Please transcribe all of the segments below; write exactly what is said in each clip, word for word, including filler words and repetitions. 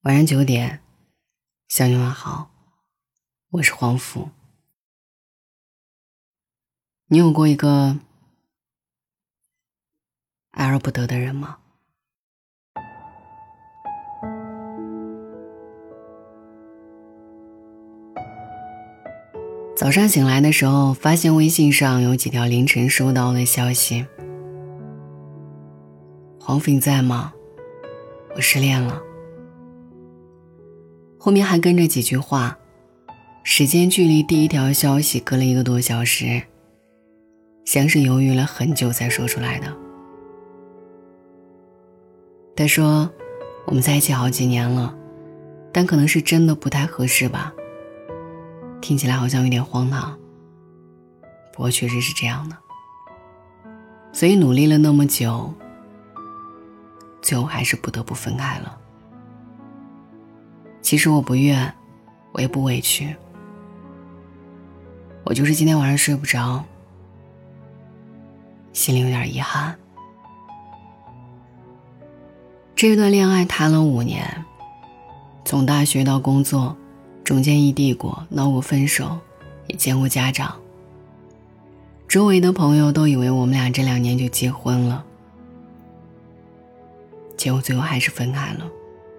晚上九点，向你问好，我是黄甫。你有过一个爱而不得的人吗？早上醒来的时候，发现微信上有几条凌晨收到的消息。黄甫你在吗？我失恋了。后面还跟着几句话，时间距离第一条消息隔了一个多小时，像是犹豫了很久才说出来的。他说我们在一起好几年了，但可能是真的不太合适吧，听起来好像有点荒唐，不过确实是这样的。所以努力了那么久，最后还是不得不分开了。其实我不怨，我也不委屈，我就是今天晚上睡不着，心里有点遗憾。这段恋爱谈了五年，从大学到工作，中间异地过，闹过分手，也见过家长。周围的朋友都以为我们俩这两年就结婚了，结果最后还是分开了。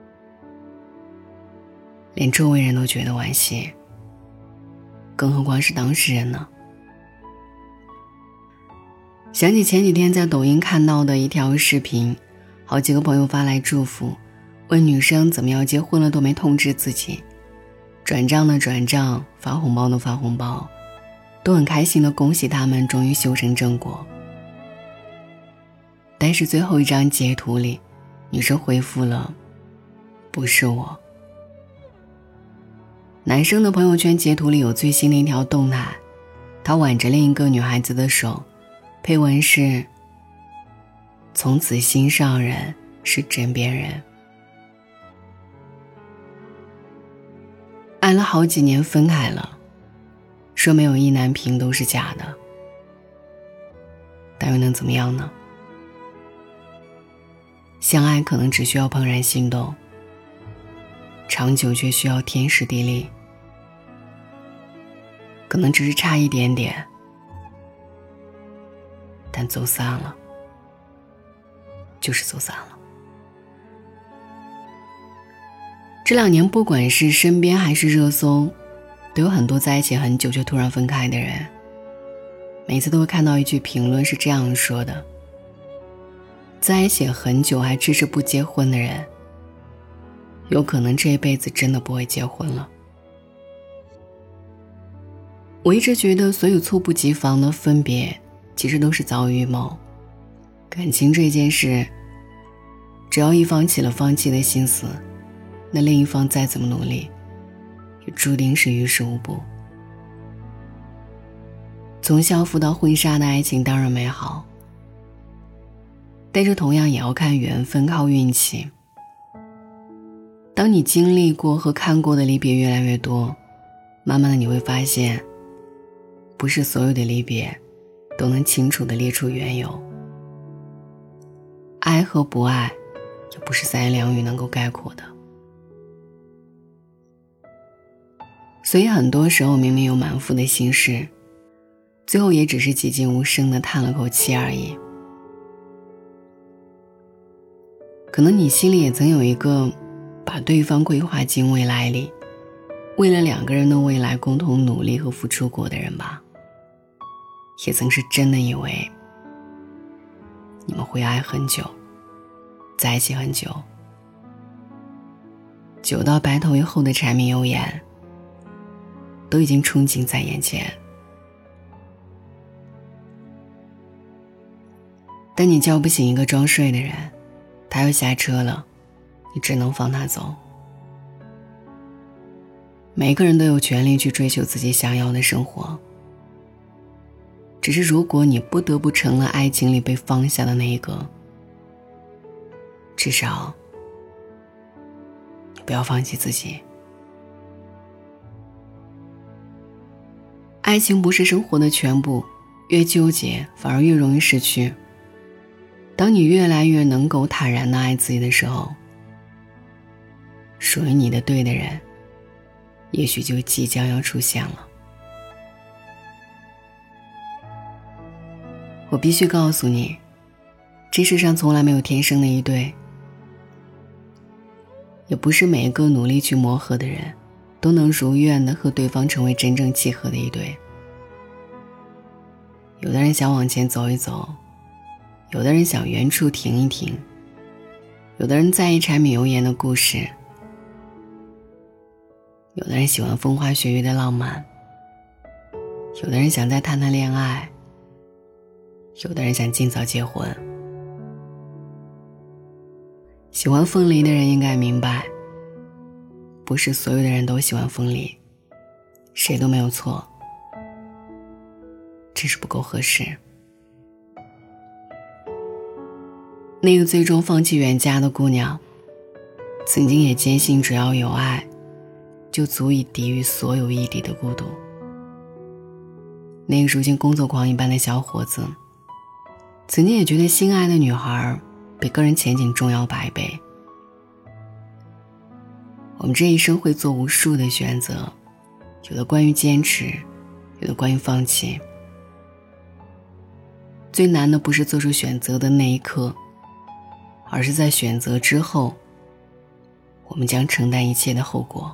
连周围人都觉得惋惜，更何况是当事人呢？想起前几天在抖音看到的一条视频，好几个朋友发来祝福，问女生怎么要结婚了都没通知自己，转账的转账，发红包的发红包，都很开心的恭喜他们终于修成正果。但是最后一张截图里，女生回复了不是我。男生的朋友圈截图里有最新的一条动态，他挽着另一个女孩子的手，配文是从此心上人是枕边人。爱了好几年分开了，说没有意难平都是假的，但又能怎么样呢？相爱可能只需要怦然心动，长久却需要天时地利，可能只是差一点点，但走散了就是走散了。这两年不管是身边还是热搜，都有很多在一起很久却突然分开的人，每次都会看到一句评论是这样说的：在一起很久还迟迟不结婚的人，有可能这一辈子真的不会结婚了。我一直觉得所有猝不及防的分别其实都是早预谋，感情这件事，只要一方起了放弃的心思，那另一方再怎么努力也注定是于事无补。从校服到婚纱的爱情当然美好，但是同样也要看缘分，靠运气。当你经历过和看过的离别越来越多，慢慢的你会发现，不是所有的离别都能清楚地列出缘由，爱和不爱也不是三言两语能够概括的。所以很多时候明明有满腹的心事，最后也只是寂静无声地叹了口气而已。可能你心里也曾有一个把对方规划进未来里，为了两个人的未来共同努力和付出过的人吧，也曾是真的以为你们会爱很久，在一起很久，久到白头以后的柴米油盐都已经憧憬在眼前。但你叫不醒一个装睡的人，他要下车了，你只能放他走。每个人都有权利去追求自己想要的生活，只是如果你不得不成了爱情里被放下的那一个，至少你不要放弃自己。爱情不是生活的全部，越纠结反而越容易失去。当你越来越能够坦然地爱自己的时候， 属于你的对的人也许就即将要出现了。我必须告诉你，这世上从来没有天生的一对，也不是每一个努力去磨合的人都能如愿的和对方成为真正契合的一对。有的人想往前走一走，有的人想远处停一停，有的人在意柴米油盐的故事，有的人喜欢风花雪月的浪漫，有的人想再谈谈恋爱，有的人想尽早结婚。喜欢凤梨的人应该明白，不是所有的人都喜欢凤梨，谁都没有错，只是不够合适。那个最终放弃远嫁的姑娘，曾经也坚信只要有爱，就足以抵御所有异地的孤独。那个如今工作狂一般的小伙子，曾经也觉得心爱的女孩比个人前景重要百倍。我们这一生会做无数的选择，有的关于坚持，有的关于放弃。最难的不是做出选择的那一刻，而是在选择之后，我们将承担一切的后果。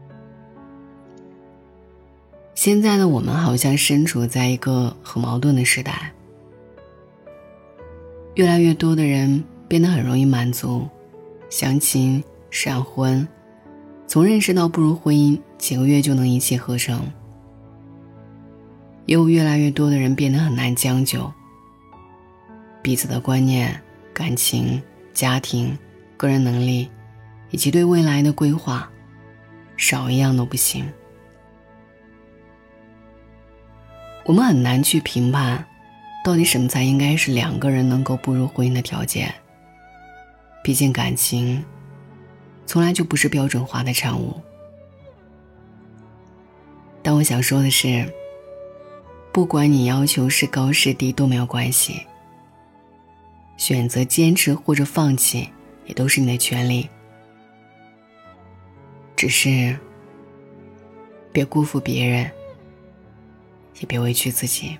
现在的我们好像身处在一个很矛盾的时代，越来越多的人变得很容易满足，相亲、闪婚，从认识到步入婚姻，几个月就能一气呵成。也有越来越多的人变得很难将就，彼此的观念、感情、家庭、个人能力以及对未来的规划，少一样都不行。我们很难去评判到底什么才应该是两个人能够步入婚姻的条件，毕竟感情从来就不是标准化的产物。但我想说的是，不管你要求是高是低都没有关系，选择坚持或者放弃也都是你的权利，只是别辜负别人，也别委屈自己。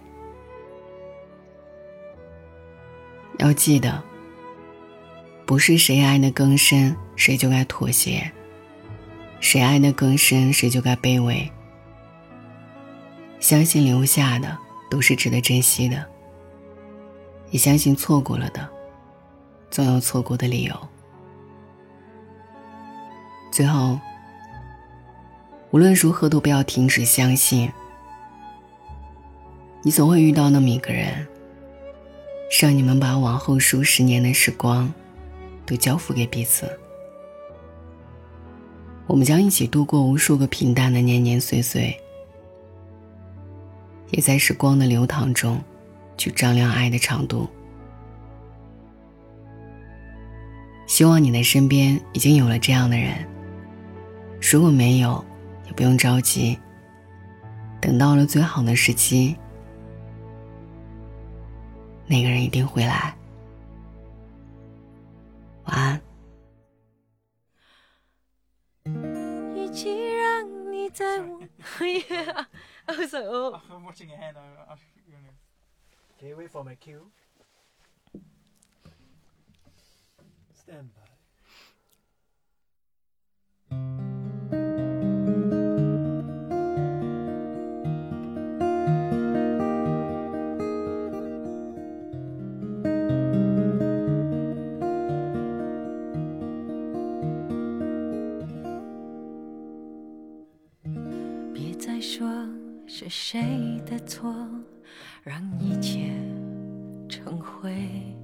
要记得，不是谁爱得更深谁就该妥协，谁爱得更深谁就该卑微。相信留下的都是值得珍惜的，也相信错过了的总有错过的理由。最后，无论如何都不要停止相信，你总会遇到那么一个人，让你们把往后数十年的时光都交付给彼此。我们将一起度过无数个平淡的年年岁岁，也在时光的流淌中去丈量爱的长度。希望你的身边已经有了这样的人，如果没有也不用着急，等到了最好的时机，那个人一定会来。晚安。 与其让你在我yeah, I was like, oh. I'm watching it here now. I'm gonna... Okay, wait for my cue. Stand by. 别再说是谁的错，让一切成灰。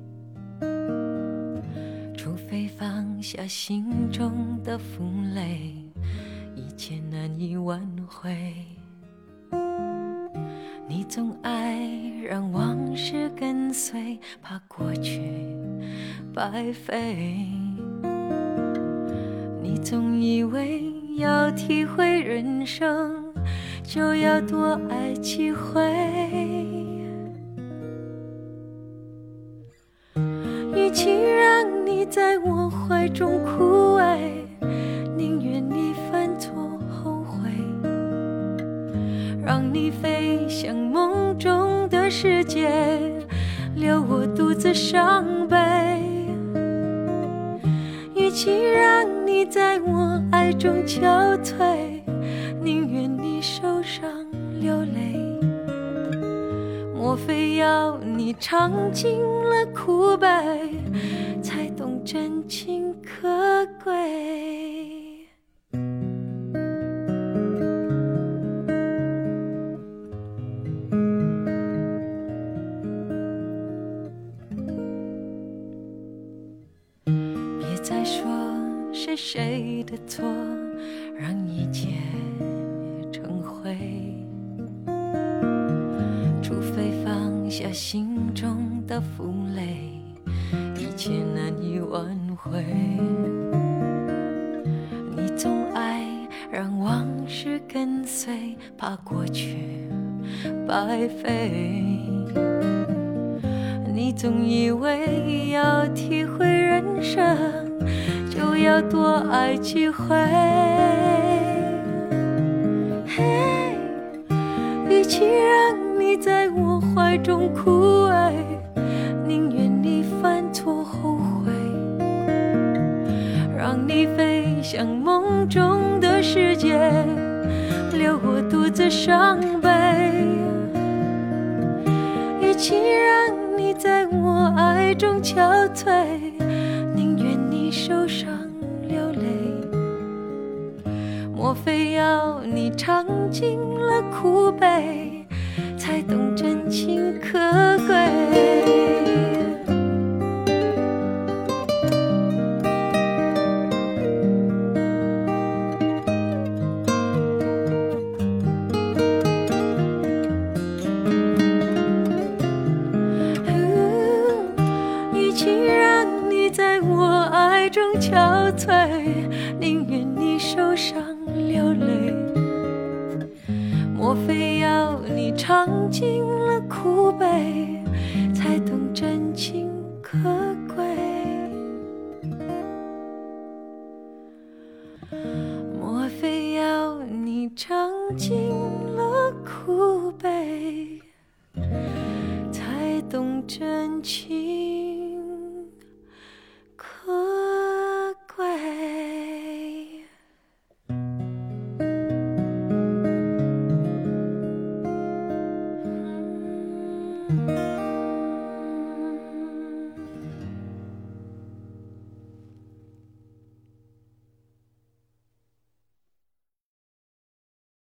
除非放下心中的负累，一切难以挽回。你总爱让往事跟随，怕过去白费。你总以为要体会人生，就要多爱几回。与其让你在我怀中枯萎，宁愿像梦中的世界，留我独自伤悲。与其让你在我爱中憔悴，宁愿你受伤流泪。莫非要你尝尽了苦悲，才懂真情可贵？别再说是谁的错，让一切成灰。除非放下心中的负累，一切难以挽回。你总爱让往事跟随，怕过去白费。你总以为要体会人生，就要多爱几回。嘿，与其让你在我怀中枯萎，宁愿你犯错后悔。让你飞向梦中的世界，留我独自伤悲。与其让你在我爱中憔悴，宁愿你受伤流泪。莫非要你尝尽了苦悲，才懂真情可贵？憔悴，宁愿你受伤流泪。莫非要你尝尽了苦悲，才懂真情可贵？莫非要你尝尽了苦悲，才懂真情